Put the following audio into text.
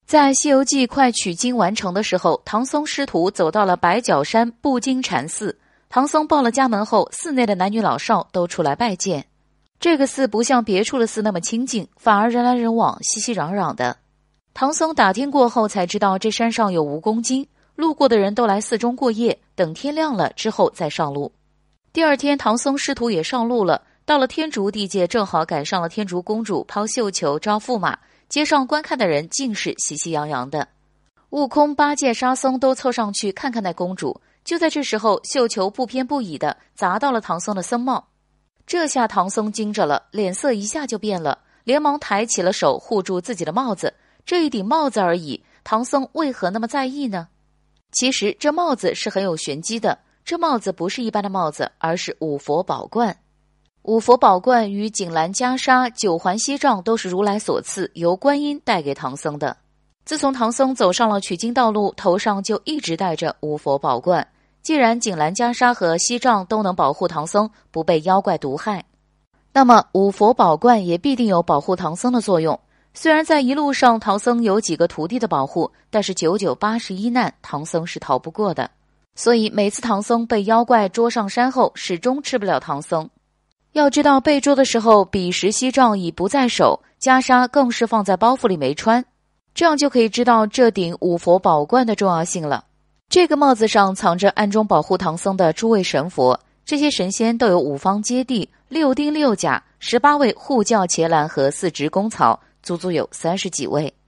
在《西游记》快取经完成的时候，唐僧师徒走到了白角山布经禅寺。唐僧报了家门后，寺内的男女老少都出来拜见。这个寺不像别处的寺那么清静，反而人来人往，熙熙攘攘的。唐僧打听过后才知道，这山上有蜈蚣精，路过的人都来寺中过夜，等天亮了之后再上路。第二天，唐僧师徒也上路了，到了天竺地界，正好赶上了天竺公主抛绣球招驸马，街上观看的人尽是喜气洋洋的。悟空、八戒、沙僧都凑上去看看那公主。就在这时候，绣球不偏不倚地砸到了唐僧的僧帽。这下唐僧惊着了，脸色一下就变了，连忙抬起了手护住自己的帽子。这一顶帽子而已，唐僧为何那么在意呢？其实这帽子是很有玄机的，这帽子不是一般的帽子，而是五佛宝冠。五佛宝冠与锦兰袈裟、九环锡杖都是如来所赐，由观音带给唐僧的。自从唐僧走上了取经道路，头上就一直戴着五佛宝冠。既然锦兰袈裟和锡杖都能保护唐僧不被妖怪毒害，那么五佛宝冠也必定有保护唐僧的作用。虽然在一路上唐僧有几个徒弟的保护，但是991难唐僧是逃不过的。所以每次唐僧被妖怪捉上山后，始终吃不了唐僧。要知道被捉的时候，彼时锡杖已不在手，袈裟更是放在包袱里没穿，这样就可以知道这顶五佛宝冠的重要性了。这个帽子上藏着暗中保护唐僧的诸位神佛，这些神仙都有五方揭谛、6丁6甲、18位护教伽蓝和4职功曹，足足有30几位。